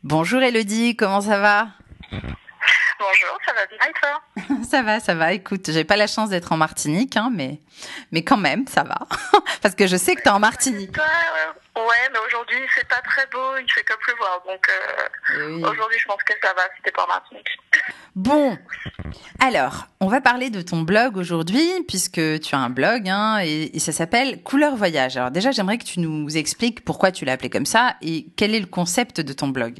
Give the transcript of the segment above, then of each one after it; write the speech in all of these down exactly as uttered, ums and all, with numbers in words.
Bonjour Elodie, comment ça va? Bonjour, ça va bien et toi? Ça va, ça va. Écoute, j'ai pas la chance d'être en Martinique, hein, mais, mais quand même, ça va. Parce que je sais que t'es en Martinique. Toi, euh, ouais, mais aujourd'hui c'est pas très beau, il fait que pleuvoir, donc Eh euh, oui. aujourd'hui je pense que ça va si t'es pas en Martinique. Bon, alors, on va parler de ton blog aujourd'hui, puisque tu as un blog, hein, et, et ça s'appelle Couleur Voyage. Alors déjà, j'aimerais que tu nous expliques pourquoi tu l'as appelé comme ça et quel est le concept de ton blog.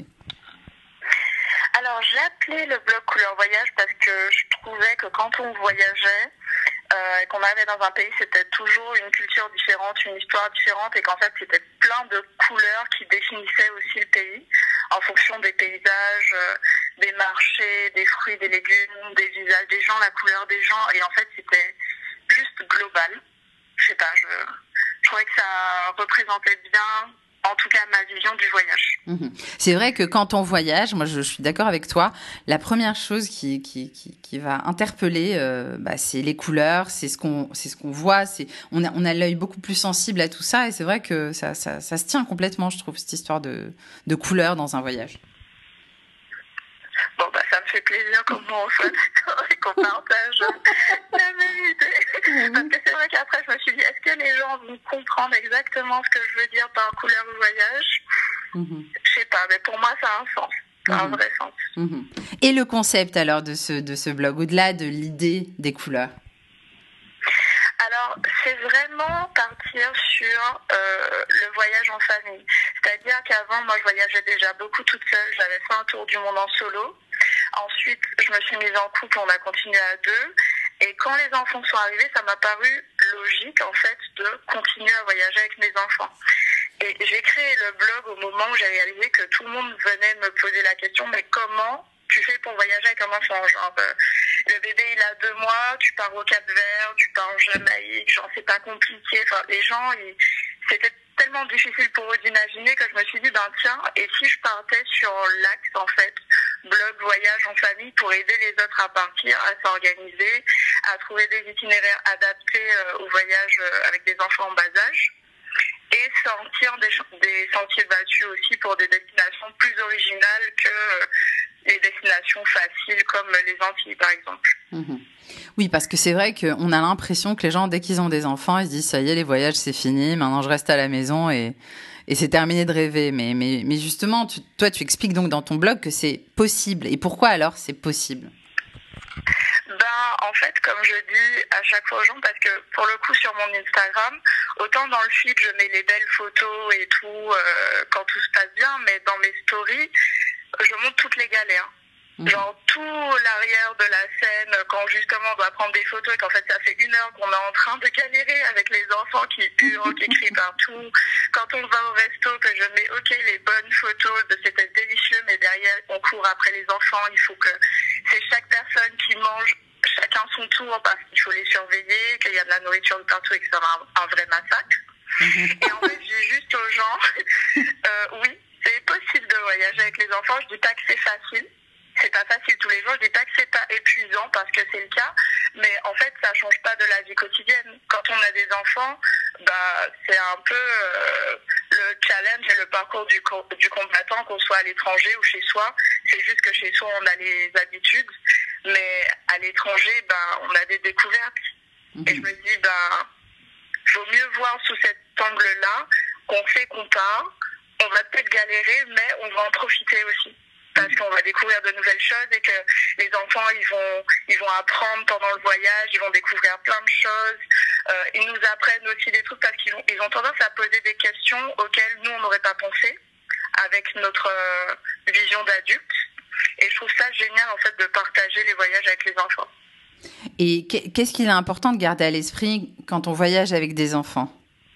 Alors j'ai appelé le blog Couleur Voyage parce que je trouvais que quand on voyageait euh, et qu'on arrivait dans un pays, c'était toujours une culture différente, une histoire différente et qu'en fait c'était plein de couleurs qui définissaient aussi le pays en fonction des paysages, euh, des marchés, des fruits, des légumes, des visages des gens, la couleur des gens et en fait c'était juste global. Je sais pas, je, je trouvais que ça représentait bien en tout cas ma vision du voyage. Mmh. C'est vrai que quand on voyage, moi je, je suis d'accord avec toi, la première chose qui, qui, qui, qui va interpeller, euh, bah, c'est les couleurs, c'est ce qu'on, c'est ce qu'on voit, c'est, on a, on a l'œil beaucoup plus sensible à tout ça et c'est vrai que ça, ça, ça se tient complètement, je trouve, cette histoire de, de couleurs dans un voyage. Bon, bah, ça me fait plaisir qu'on soit d'accord et qu'on partage la même idée. Parce que c'est vrai qu'après, je me suis dit, est-ce que les gens vont comprendre exactement ce que je veux dire par couleur de voyage? Mmh. Je sais pas, mais pour moi, ça a un sens. Ça a un Mmh. vrai sens. Mmh. Et le concept alors de ce, de ce blog, au-delà de l'idée des couleurs? Alors, c'est vraiment partir sur euh, le voyage en famille. C'est-à-dire qu'avant, moi, je voyageais déjà beaucoup toute seule. J'avais fait un tour du monde en solo. Ensuite, je me suis mise en couple, on a continué à deux. Et quand les enfants sont arrivés, ça m'a paru logique, en fait, de continuer à voyager avec mes enfants. Et j'ai créé le blog au moment où j'ai réalisé que tout le monde venait me poser la question, mais comment tu fais pour voyager avec un enfant? Genre, euh, le bébé, il a deux mois, tu pars au Cap-Vert, tu pars en Jamaïque, genre, c'est pas compliqué. Enfin, les gens, ils... c'était tellement difficile pour eux d'imaginer que je me suis dit, ben tiens, et si je partais sur l'axe, en fait, blog voyage en famille pour aider les autres à partir, à s'organiser, à trouver des itinéraires adaptés euh, au voyage euh, avec des enfants en bas âge et sortir des, des sentiers battus aussi pour des destinations plus originales que euh, les destinations faciles comme les Antilles par exemple. Mmh. Oui, parce que c'est vrai qu'on a l'impression que les gens, dès qu'ils ont des enfants, ils se disent, ça y est, les voyages, c'est fini, maintenant je reste à la maison et, et c'est terminé de rêver. Mais, mais, mais justement, tu, toi, tu expliques donc dans ton blog que c'est possible. Et pourquoi alors c'est possible? Ben, en fait, comme je dis à chaque fois aux gens, parce que pour le coup, sur mon Instagram, autant dans le feed, je mets les belles photos et tout, euh, quand tout se passe bien, mais dans mes stories, je montre toutes les galères. Mmh. Genre tout l'arrière de la scène, quand justement on doit prendre des photos et qu'en fait ça fait une heure qu'on est en train de galérer avec les enfants qui hurlent, qui crient partout. Quand on va au resto, que je mets ok les bonnes photos de c'était délicieux, mais derrière on court après les enfants, il faut que c'est chaque personne qui mange chacun son tour parce qu'il faut les surveiller, qu'il y a de la nourriture de partout et que ça va un, un vrai massacre. Mmh. Et en fait je dis juste aux gens, euh, oui c'est possible de voyager avec les enfants, je dis pas que c'est facile. C'est pas facile tous les jours, je dis pas que c'est pas épuisant parce que c'est le cas, mais en fait ça change pas de la vie quotidienne. Quand on a des enfants, bah c'est un peu euh, le challenge et le parcours du, du combattant, qu'on soit à l'étranger ou chez soi. C'est juste que chez soi on a les habitudes, mais à l'étranger, bah on a des découvertes. Mmh. Et je me dis, bah vaut mieux voir sous cet angle-là qu'on sait qu'on part, on va peut-être galérer, mais on va en profiter aussi. Parce qu'on va découvrir de nouvelles choses et que les enfants, ils vont, ils vont apprendre pendant le voyage, ils vont découvrir plein de choses. Euh, ils nous apprennent aussi des trucs parce qu'ils ont, ils ont tendance à poser des questions auxquelles nous, on n'aurait pas pensé avec notre euh, vision d'adulte. Et je trouve ça génial, en fait, de partager les voyages avec les enfants. Et qu'est-ce qu'il est important de garder à l'esprit quand on voyage avec des enfants?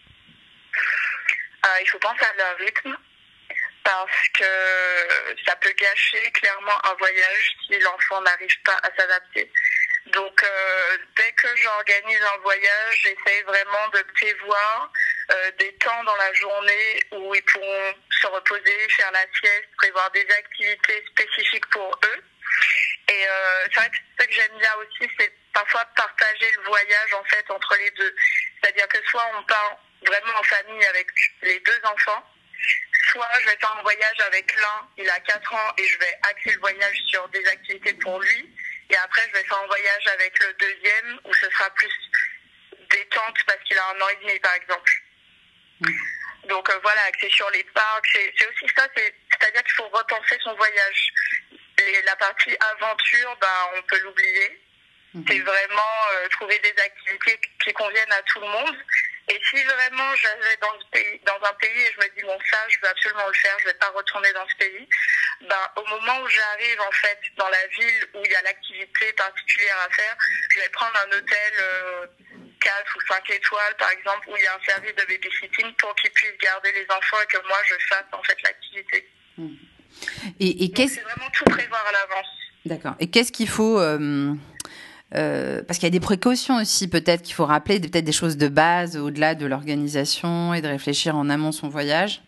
euh, Il faut penser à leur rythme. Parce que ça peut gâcher clairement un voyage si l'enfant n'arrive pas à s'adapter. Donc, euh, dès que j'organise un voyage, j'essaye vraiment de prévoir euh, des temps dans la journée où ils pourront se reposer, faire la sieste, prévoir des activités spécifiques pour eux. Et euh, c'est vrai que ce que j'aime bien aussi, c'est parfois partager le voyage en fait entre les deux. C'est-à-dire que soit on part vraiment en famille avec les deux enfants, soit je vais faire un voyage avec l'un, il a quatre ans, et je vais axer le voyage sur des activités pour lui. Et après, je vais faire un voyage avec le deuxième, où ce sera plus détente, parce qu'il a un an et demi, par exemple. Mmh. Donc euh, voilà, axé sur les parcs, c'est, c'est aussi ça, c'est, c'est-à-dire qu'il faut repenser son voyage. Les, la partie aventure, bah, on peut l'oublier. Mmh. C'est vraiment euh, trouver des activités qui conviennent à tout le monde. Et si vraiment j'avais dans, ce pays, dans un pays et je me dis, bon, ça, je veux absolument le faire, je ne vais pas retourner dans ce pays, ben, au moment où j'arrive, en fait, dans la ville où il y a l'activité particulière à faire, je vais prendre un hôtel euh, quatre ou cinq étoiles, par exemple, où il y a un service de babysitting pour qu'ils puissent garder les enfants et que moi, je fasse, en fait, l'activité. Mmh. Et, et qu'est-ce... Donc, c'est vraiment tout prévoir à l'avance. D'accord. Et qu'est-ce qu'il faut... Euh... Euh, parce qu'il y a des précautions aussi, peut-être qu'il faut rappeler, peut-être des choses de base au-delà de l'organisation et de réfléchir en amont son voyage.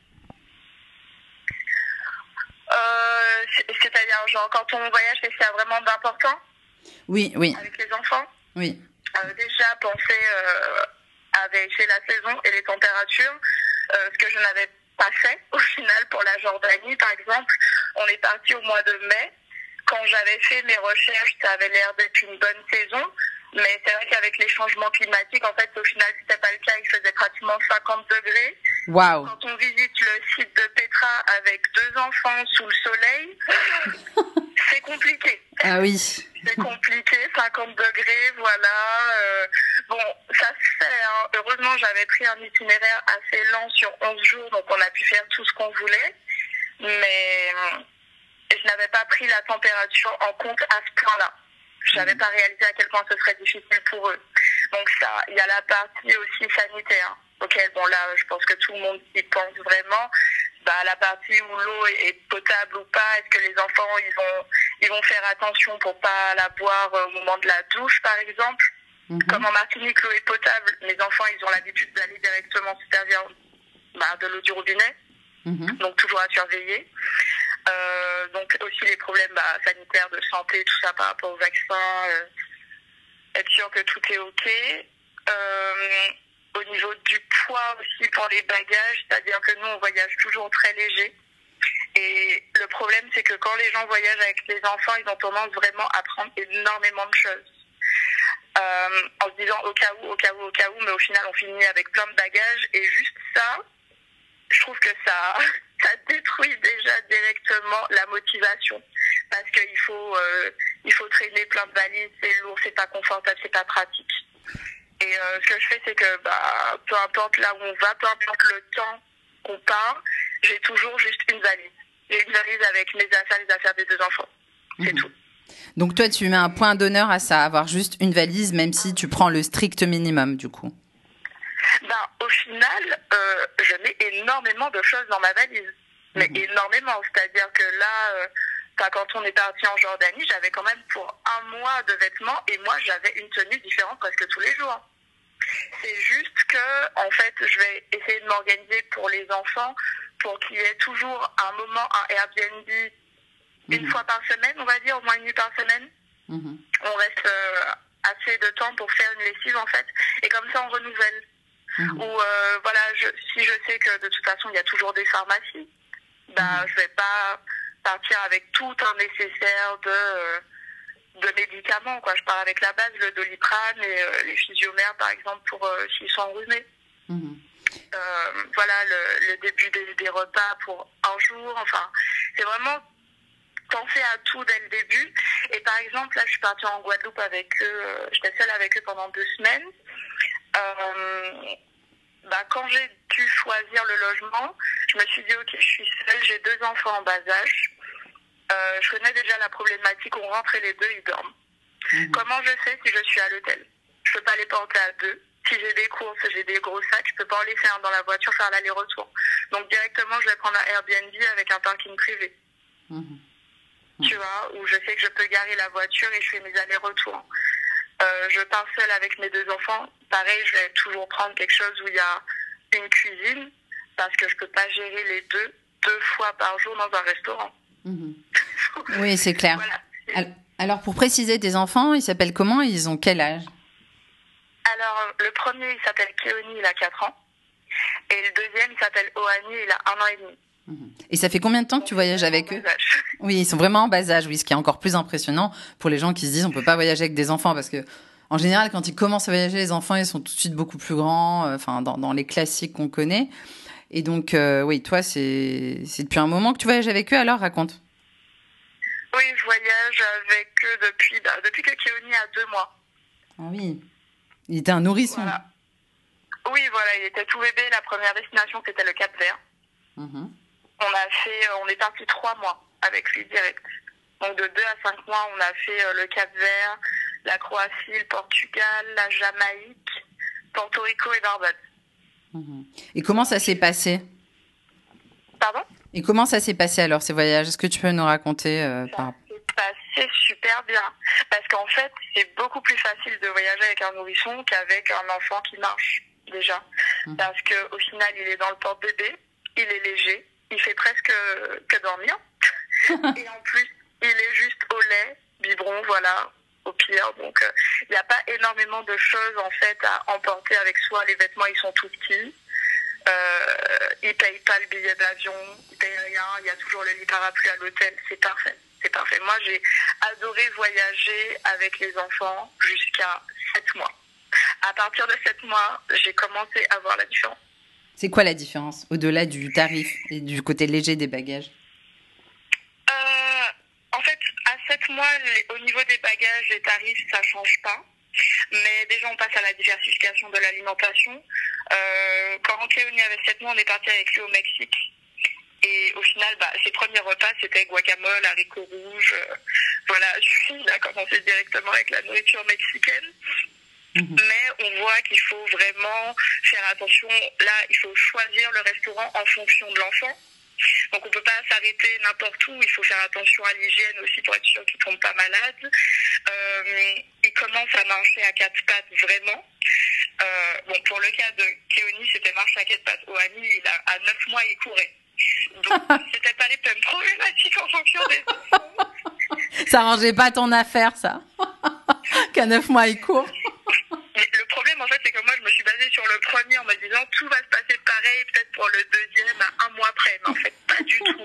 Euh, c'est-à-dire, genre, quand on voyage, qu'est-ce qu'il y a vraiment d'important ? Oui, oui. Avec les enfants ? Oui. Euh, déjà, penser euh, à vérifier la saison et les températures, euh, ce que je n'avais pas fait au final pour la Jordanie, par exemple. On est parti au mois de mai. Quand j'avais fait mes recherches, ça avait l'air d'être une bonne saison. Mais c'est vrai qu'avec les changements climatiques, en fait, au final, c'était pas le cas. Il faisait pratiquement cinquante degrés. Waouh. Quand on visite le site de Petra avec deux enfants sous le soleil, c'est compliqué. Ah oui. C'est compliqué, cinquante degrés, voilà. Euh, bon, ça se fait. Hein. Heureusement, j'avais pris un itinéraire assez lent sur onze jours, donc on a pu faire tout ce qu'on voulait. Mais je n'avais pas pris la température en compte à ce point-là. Je n'avais pas réalisé à quel point ce serait difficile pour eux. Donc ça, il y a la partie aussi sanitaire, auquel, bon là, je pense que tout le monde y pense vraiment. Bah, la partie où l'eau est potable ou pas, est-ce que les enfants, ils vont, ils vont faire attention pour pas la boire au moment de la douche, par exemple. Mm-hmm. Comme en Martinique, l'eau est potable, les enfants, ils ont l'habitude d'aller directement se servir bah, de l'eau du robinet. Mm-hmm. Donc toujours à surveiller. Euh, donc aussi les problèmes bah, sanitaires de santé, tout ça par rapport au vaccin, euh, être sûr que tout est ok. Euh, au niveau du poids aussi pour les bagages, c'est-à-dire que nous on voyage toujours très léger. Et le problème c'est que quand les gens voyagent avec les enfants, ils ont tendance vraiment à prendre énormément de choses. Euh, en se disant au cas où, au cas où, au cas où, mais au final on finit avec plein de bagages et juste ça, je trouve que ça... ça détruit déjà directement la motivation parce qu'il faut euh, il faut traîner plein de valises, c'est lourd, c'est pas confortable, c'est pas pratique. Et euh, ce que je fais, c'est que bah peu importe là où on va, peu importe le temps qu'on part, j'ai toujours juste une valise. J'ai une valise avec mes affaires, les affaires des deux enfants. C'est mmh. tout. Donc toi, tu mets un point d'honneur à ça, avoir juste une valise, même si tu prends le strict minimum, du coup. Ben, au final, euh, je mets énormément de choses dans ma valise. Mais mmh. énormément. C'est-à-dire que là, euh, quand on est parti en Jordanie, j'avais quand même pour un mois de vêtements et moi, j'avais une tenue différente presque tous les jours. C'est juste que, en fait, je vais essayer de m'organiser pour les enfants pour qu'il y ait toujours un moment, un Airbnb, mmh. une fois par semaine, on va dire, au moins une nuit par semaine. Mmh. On reste euh, assez de temps pour faire une lessive, en fait. Et comme ça, on renouvelle. Mmh. Ou euh, voilà, je, si je sais que de toute façon il y a toujours des pharmacies, bah mmh. je vais pas partir avec tout un nécessaire de de médicaments quoi. Je pars avec la base, le Doliprane et euh, les physiomères par exemple pour euh, s'ils sont enrhumés. Mmh. Euh, voilà le, le début des, des repas pour un jour. Enfin, c'est vraiment penser à tout dès le début. Et par exemple là, je suis partie en Guadeloupe avec eux. Euh, j'étais seule avec eux pendant deux semaines. Euh, bah, quand j'ai dû choisir le logement, je me suis dit ok, je suis seule, j'ai deux enfants en bas âge. Euh, je connais déjà la problématique, on rentre et les deux ils dorment. Mmh. Comment je sais si je suis à l'hôtel ? Je peux pas les porter à deux. Si j'ai des courses, j'ai des gros sacs, je peux pas en laisser un dans la voiture, faire l'aller-retour. Donc directement, je vais prendre un Airbnb avec un parking privé. Mmh. Mmh. Tu vois, où je sais que je peux garer la voiture et je fais mes allers-retours. Euh, je pars seule avec mes deux enfants. Pareil, je vais toujours prendre quelque chose où il y a une cuisine parce que je peux pas gérer les deux deux fois par jour dans un restaurant. Mmh. Oui, c'est clair. Voilà. Alors, pour préciser, tes enfants, ils s'appellent comment ? Ils ont quel âge ? Alors, le premier, il s'appelle Kéoni, il a quatre ans. Et le deuxième, il s'appelle Ohani, il a un an et demi. Et ça fait combien de temps que tu voyages avec eux? Oui, ils sont vraiment en bas âge, oui, ce qui est encore plus impressionnant pour les gens qui se disent on peut pas voyager avec des enfants parce que en général, quand ils commencent à voyager, les enfants, ils sont tout de suite beaucoup plus grands, euh, enfin dans, dans les classiques qu'on connaît. Et donc, euh, oui, toi, c'est c'est depuis un moment que tu voyages avec eux. Alors, raconte. Oui, je voyage avec eux depuis bah, depuis que Keoni a deux mois. Ah oui, il était un nourrisson. Voilà. Oui, voilà, il était tout bébé. La première destination, c'était le Cap-Vert. Mmh. On a fait, on est parti trois mois avec lui direct. Donc de deux à cinq mois, on a fait le Cap-Vert, la Croatie, le Portugal, la Jamaïque, Porto Rico et Barbade. Mmh. Et comment ça s'est passé? Pardon? Et comment ça s'est passé alors ces voyages? Est-ce que tu peux nous raconter euh, ça par... s'est passé super bien. Parce qu'en fait, c'est beaucoup plus facile de voyager avec un nourrisson qu'avec un enfant qui marche déjà. Mmh. Parce qu'au final, il est dans le porte-bébé, il est léger, il fait presque que dormir. Et en plus, il est juste au lait, biberon, voilà, au pire. Donc, il euh, n'y a pas énormément de choses, en fait, à emporter avec soi. Les vêtements, ils sont tout petits. Euh, il ne paye pas le billet d'avion, il ne paye rien. Il y a toujours le lit parapluie à l'hôtel. C'est parfait. C'est parfait. Moi, j'ai adoré voyager avec les enfants jusqu'à sept mois. À partir de sept mois, j'ai commencé à voir la différence. C'est quoi la différence, au-delà du tarif et du côté léger des bagages? euh, En fait, à sept mois, les, au niveau des bagages, les tarifs, ça ne change pas. Mais déjà, on passe à la diversification de l'alimentation. Euh, quand Keoni avait sept mois, on est parti avec lui au Mexique. Et au final, bah, ses premiers repas, c'était guacamole, haricots rouges. Euh, voilà, il a commencé directement avec la nourriture mexicaine. Mmh. Mais on voit qu'il faut vraiment faire attention. Là, il faut choisir le restaurant en fonction de l'enfant. Donc on ne peut pas s'arrêter n'importe où. Il faut faire attention à l'hygiène aussi pour être sûr qu'il ne tombe pas malade. Euh, il commence à marcher à quatre pattes vraiment. Euh, bon, pour le cas de Keoni, c'était marche à quatre pattes. Ohani, il a, à neuf mois, il courait. Donc c'était pas les mêmes problématiques en fonction des enfants. Ça arrangeait pas ton affaire, ça. Qu'à neuf mois, il court. Le problème, en fait, c'est que moi, je me suis basée sur le premier en me disant tout va se passer pareil, peut-être pour le deuxième à un mois près. Mais en fait, pas du tout.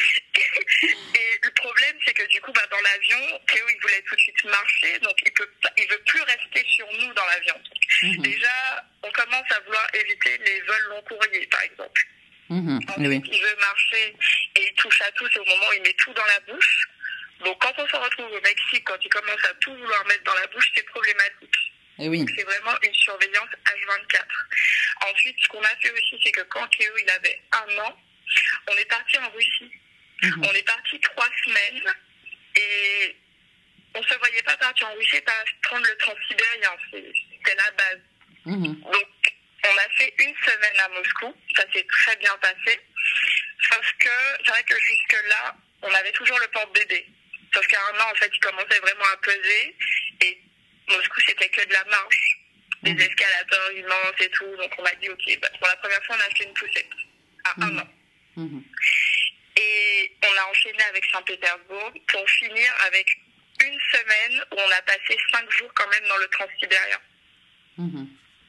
Et le problème, c'est que du coup, bah, dans l'avion, Théo, il voulait tout de suite marcher, donc il peut, il veut plus rester sur nous dans l'avion. Mmh. Déjà, on commence à vouloir éviter les vols long courriers, par exemple. Mmh. Ensuite, oui. Il veut marcher et il touche à tout. C'est au moment où il met tout dans la bouche. Donc, quand on se retrouve au Mexique, quand il commence à tout vouloir mettre dans la bouche, c'est problématique. Et oui. C'est vraiment une surveillance H vingt-quatre. Ensuite, ce qu'on a fait aussi, c'est que quand Théo il avait un an, on est parti en Russie. Mmh. On est parti trois semaines et on ne se voyait pas partir en Russie, pas prendre le transsibérien. C'était la base. Mmh. Donc, on a fait une semaine à Moscou. Ça s'est très bien passé. Sauf que, c'est vrai que jusque-là, on avait toujours le porte-bébé. Sauf qu'à un an, en fait, il commençait vraiment à peser. Et Moscou, c'était que de la marche. Des mmh. escalators immenses et tout. Donc, on m'a dit, OK, bah, pour la première fois, on a acheté une poussette. À mmh. un an. Mmh. Et on a enchaîné avec Saint-Pétersbourg pour finir avec une semaine où on a passé cinq jours quand même dans le transsibérien. Mmh.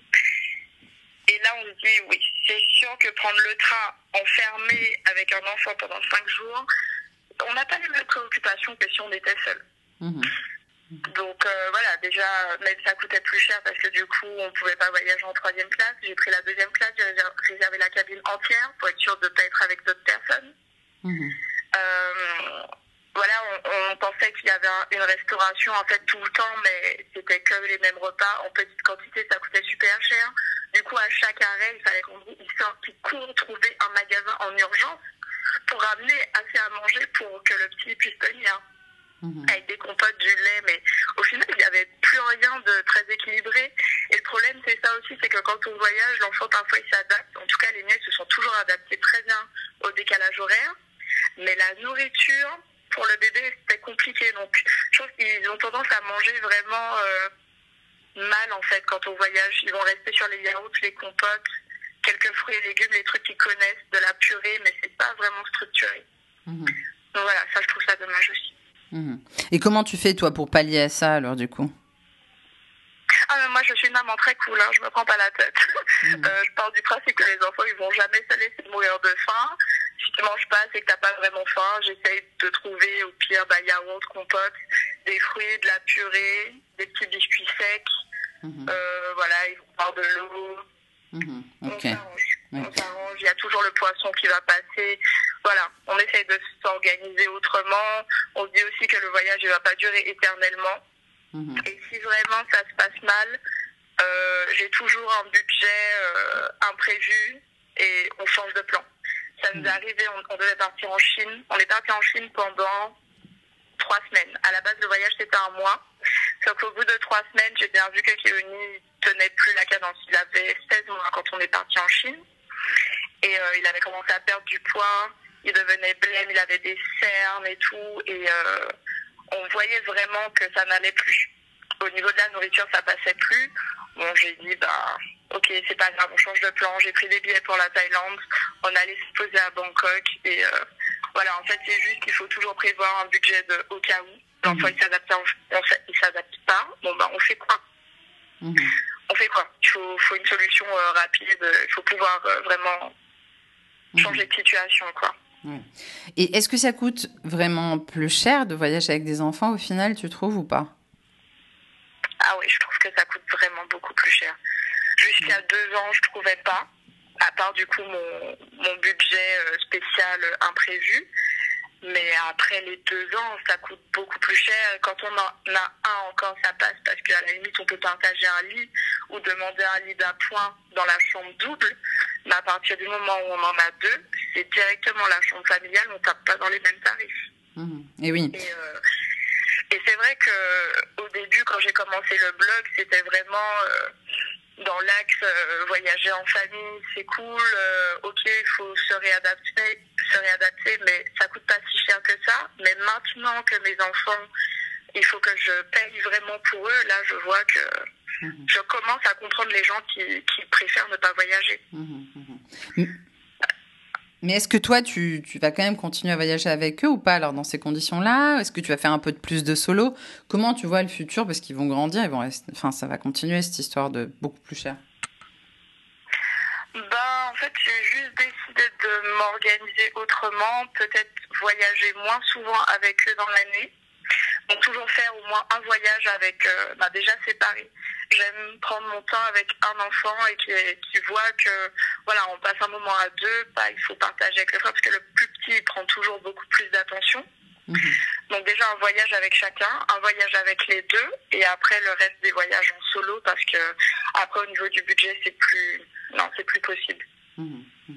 Et là, on se dit, oui, c'est sûr que prendre le train enfermé avec un enfant pendant cinq jours, on n'a pas les mêmes préoccupations que si on était seul. Mmh. Donc euh, voilà, déjà, même ça coûtait plus cher parce que du coup, on ne pouvait pas voyager en troisième classe. J'ai pris la deuxième classe, j'ai réservé la cabine entière pour être sûr de ne pas être avec d'autres personnes. Mmh. Euh, voilà, on, on pensait qu'il y avait un, une restauration en fait tout le temps, mais c'était que les mêmes repas en petite quantité, ça coûtait super cher. Du coup, à chaque arrêt, il fallait qu'on qu court trouver un magasin en urgence pour ramener assez à manger pour que le petit puisse tenir. Mmh. Avec des compotes, du lait, mais au final, il n'y avait plus rien de très équilibré. Et le problème, c'est ça aussi, c'est que quand on voyage, l'enfant, parfois, il s'adapte. En tout cas, les miens se sont toujours adaptés très bien au décalage horaire. Mais la nourriture, pour le bébé, c'était compliqué. Donc, je trouve qu'ils ont tendance à manger vraiment euh, mal, en fait, quand on voyage. Ils vont rester sur les yaourts, les compotes, quelques fruits et légumes, les trucs qu'ils connaissent, de la purée, mais c'est pas vraiment structuré. Mmh. Donc voilà, ça, je trouve ça dommage aussi. Mmh. Et comment tu fais, toi, pour pallier à ça, alors, du coup? Ah, mais moi, je suis une maman très cool, hein, je me prends pas la tête. Mmh. Euh, je pars du principe que les enfants, ils vont jamais se laisser mourir de faim. Si tu manges pas, c'est que t'as pas vraiment faim. J'essaye de trouver au pire bah, yaourt, compote, des fruits, de la purée, des petits biscuits secs. Mmh. Euh, voilà, ils vont boire de l'eau. Mmh. Okay. On s'arrange. Ouais. On s'arrange. Il y a toujours le poisson qui va passer. Voilà, on essaye de s'organiser autrement. On se dit aussi que le voyage ne va pas durer éternellement. Mmh. Et si vraiment ça se passe mal, euh, j'ai toujours un budget euh, imprévu et on change de plan. Ça nous est arrivé, on, on devait partir en Chine. On est parti en Chine pendant trois semaines. À la base, le voyage, c'était un mois. Sauf qu'au bout de trois semaines, j'ai bien vu que Kéoni tenait plus la cadence. Il avait seize mois quand on est parti en Chine. Et euh, il avait commencé à perdre du poids. Il devenait blême, il avait des cernes et tout. Et euh, on voyait vraiment que ça n'allait plus. Au niveau de la nourriture, ça passait plus. Bon, j'ai dit, bah, ok, c'est pas grave, on change de plan. J'ai pris des billets pour la Thaïlande. On allait se poser à Bangkok. Et euh, voilà, en fait, c'est juste qu'il faut toujours prévoir un budget de au cas où. L'enfant, il s'adapte, il s'adapte pas. Bon, bah, on fait quoi? Mmh. On fait quoi? Il faut, faut une solution euh, rapide. Il faut pouvoir euh, vraiment changer mmh. de situation, quoi. Ouais. Et est-ce que ça coûte vraiment plus cher de voyager avec des enfants au final, tu trouves, ou pas? Ah oui, je trouve que ça coûte vraiment beaucoup plus cher. Jusqu'à mmh. deux ans, je trouvais pas, à part du coup mon, mon budget euh, spécial euh, imprévu. Mais après les deux ans, ça coûte beaucoup plus cher. Quand on en a un encore, ça passe parce qu'à la limite, on peut partager un lit ou demander un lit d'appoint dans la chambre double. Mais à partir du moment où on en a deux, c'est directement la chambre familiale, on ne tape pas dans les mêmes tarifs. Mmh. Et oui. Et, euh, et c'est vrai qu'au début, quand j'ai commencé le blog, c'était vraiment... Euh, dans l'axe euh, voyager en famille, c'est cool, euh, ok, il faut se réadapter, se réadapter, mais ça coûte pas si cher que ça. Mais maintenant que mes enfants, il faut que je paye vraiment pour eux, là je vois que mmh. je commence à comprendre les gens qui, qui préfèrent ne pas voyager. Mmh, mmh. Mais est-ce que toi, tu, tu vas quand même continuer à voyager avec eux ou pas, alors, dans ces conditions-là? Est-ce que tu vas faire un peu de plus de solo? Comment tu vois le futur? Parce qu'ils vont grandir, ils vont rester... enfin, ça va continuer, cette histoire de beaucoup plus cher. Ben, en fait, j'ai juste décidé de m'organiser autrement, peut-être voyager moins souvent avec eux dans l'année. Donc, toujours faire au moins un voyage avec, euh, bah, déjà séparés. J'aime prendre mon temps avec un enfant et qui, qui voit que, voilà, on passe un moment à deux, bah, il faut partager avec le frère parce que le plus petit, il prend toujours beaucoup plus d'attention. Mmh. Donc, déjà, un voyage avec chacun, un voyage avec les deux et après, le reste des voyages en solo parce que, après, au niveau du budget, c'est plus, non, c'est plus possible. Mmh. Mmh.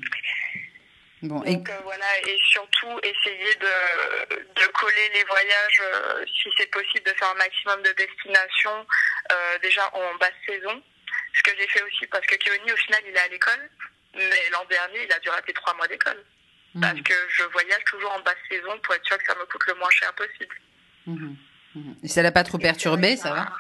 Bon, et... Donc euh, voilà, et surtout essayer de, de coller les voyages, euh, si c'est possible, de faire un maximum de destinations, euh, déjà en basse saison. Ce que j'ai fait aussi, parce que Kéoni, au final, il est à l'école, mais l'an dernier, il a dû rater trois mois d'école. Mmh. Parce que je voyage toujours en basse saison pour être sûr que ça me coûte le moins cher possible. Mmh. Mmh. Et ça l'a pas trop perturbé, ça va?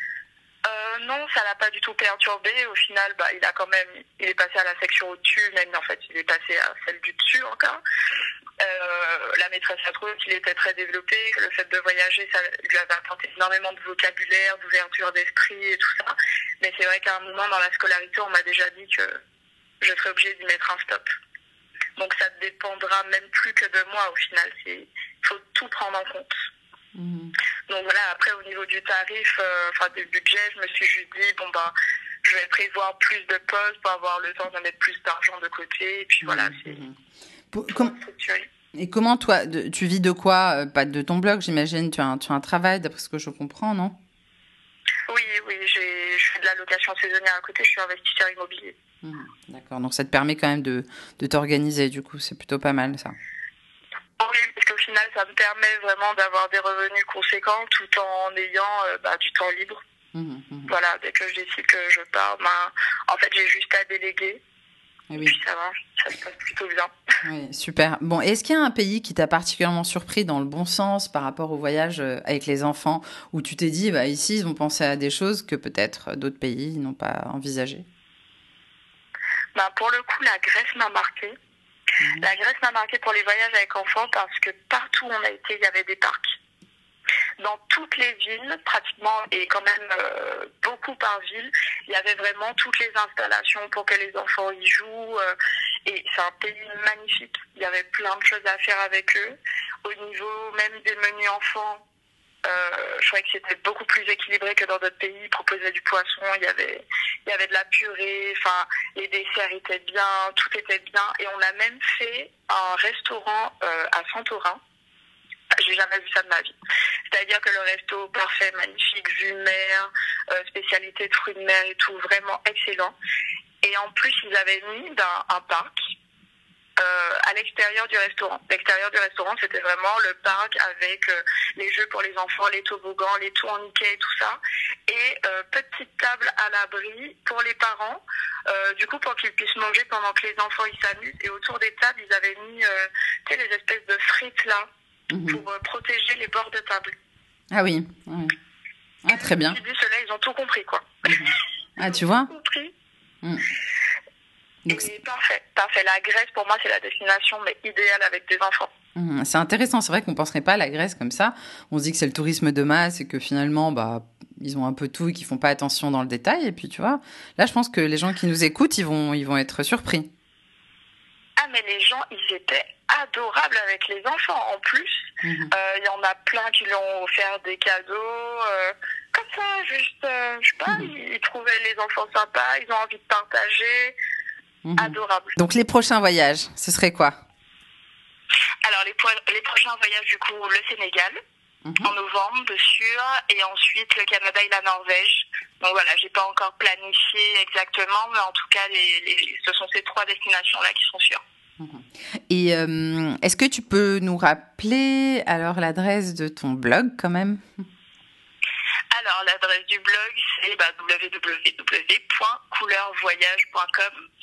Euh, non, ça l'a pas du tout perturbé. Au final, bah, il a quand même, il est passé à la section au-dessus, même en fait, il est passé à celle du dessus encore. Euh, la maîtresse a trouvé qu'il était très développé, que le fait de voyager, ça lui avait apporté énormément de vocabulaire, d'ouverture d'esprit et tout ça. Mais c'est vrai qu'à un moment dans la scolarité, on m'a déjà dit que je serais obligée d'y mettre un stop. Donc ça ne dépendra même plus que de moi au final. Il faut tout prendre en compte. Mmh. Donc voilà, après au niveau du tarif, euh, enfin du budget, je me suis juste dit, bon bah, je vais prévoir plus de pauses pour avoir le temps de mettre plus d'argent de côté, et puis mmh. voilà, c'est mmh. pour, pour structurer. Et comment toi, de, tu vis de quoi? Pas de ton blog, j'imagine, tu as, un, tu as un travail, d'après ce que je comprends, non? Oui, oui, j'ai, je fais de la location saisonnière à côté, je suis investisseur immobilier. Mmh. D'accord, donc ça te permet quand même de, de t'organiser, du coup, c'est plutôt pas mal ça. Oui, parce qu'au final, ça me permet vraiment d'avoir des revenus conséquents tout en ayant euh, bah, du temps libre. Mmh, mmh. Voilà, dès que je décide que je pars, bah, en fait, j'ai juste à déléguer. Et oui. Puis ça va, ça se passe plutôt bien. Oui, super. Bon, est-ce qu'il y a un pays qui t'a particulièrement surpris dans le bon sens par rapport au voyage avec les enfants, où tu t'es dit, bah, ici, ils ont pensé à des choses que peut-être d'autres pays n'ont pas envisagées? Bah, pour le coup, la Grèce m'a marquée. Mmh. La Grèce m'a marquée pour les voyages avec enfants parce que partout où on a été, il y avait des parcs. Dans toutes les villes, pratiquement, et quand même euh, beaucoup par ville, il y avait vraiment toutes les installations pour que les enfants y jouent. Euh, Et c'est un pays magnifique. Il y avait plein de choses à faire avec eux. Au niveau même des menus enfants, euh, je trouvais que c'était beaucoup plus équilibré que dans d'autres pays. Ils proposaient du poisson, il y avait, il y avait de la purée, enfin, les desserts étaient bien, tout était bien. Et on a même fait un restaurant euh, à Santorin. J'ai jamais vu ça de ma vie. C'est-à-dire que le resto parfait, magnifique, vue mer, euh, spécialité de fruits de mer et tout, vraiment excellent. Et en plus, ils avaient mis dans un parc euh, à l'extérieur du restaurant. L'extérieur du restaurant, c'était vraiment le parc avec euh, les jeux pour les enfants, les toboggans, les tours en Mickey et tout ça. Et euh, petite table à l'abri pour les parents, euh, du coup pour qu'ils puissent manger pendant que les enfants ils s'amusent. Et autour des tables, ils avaient mis euh, tu sais, les espèces de frites là, mmh. pour euh, protéger les bords de table. Ah oui, oui. Ah, très bien. Je me suis dit, ceux-là, ils ont tout compris, quoi. Mmh. Ah, tu vois. Tout compris. Mmh. Donc, et parfait, parfait. La Grèce, pour moi, c'est la destination mais idéale avec des enfants. Mmh, c'est intéressant. C'est vrai qu'on ne penserait pas à la Grèce comme ça. On se dit que c'est le tourisme de masse et que finalement, bah, ils ont un peu tout et qu'ils ne font pas attention dans le détail. Et puis, tu vois, là, je pense que les gens qui nous écoutent, ils vont, ils vont être surpris. Ah, mais les gens, ils étaient adorables avec les enfants. En plus, il mmh. euh, y en a plein qui lui ont offert des cadeaux. Euh, comme ça, juste, euh, je sais pas, mmh. ils, ils trouvaient les enfants sympas, ils ont envie de partager. Mmh. Adorable. Donc, les prochains voyages, ce serait quoi? Alors, les, po- les prochains voyages, du coup, le Sénégal, mmh. en novembre, de sûr, et ensuite le Canada et la Norvège. Donc voilà, j'ai pas encore planifié exactement, mais en tout cas, les, les, ce sont ces trois destinations-là qui sont sûres. Mmh. Et euh, est-ce que tu peux nous rappeler alors l'adresse de ton blog quand même? Alors, l'adresse du blog, c'est bah, w w w point couleur voyage point com.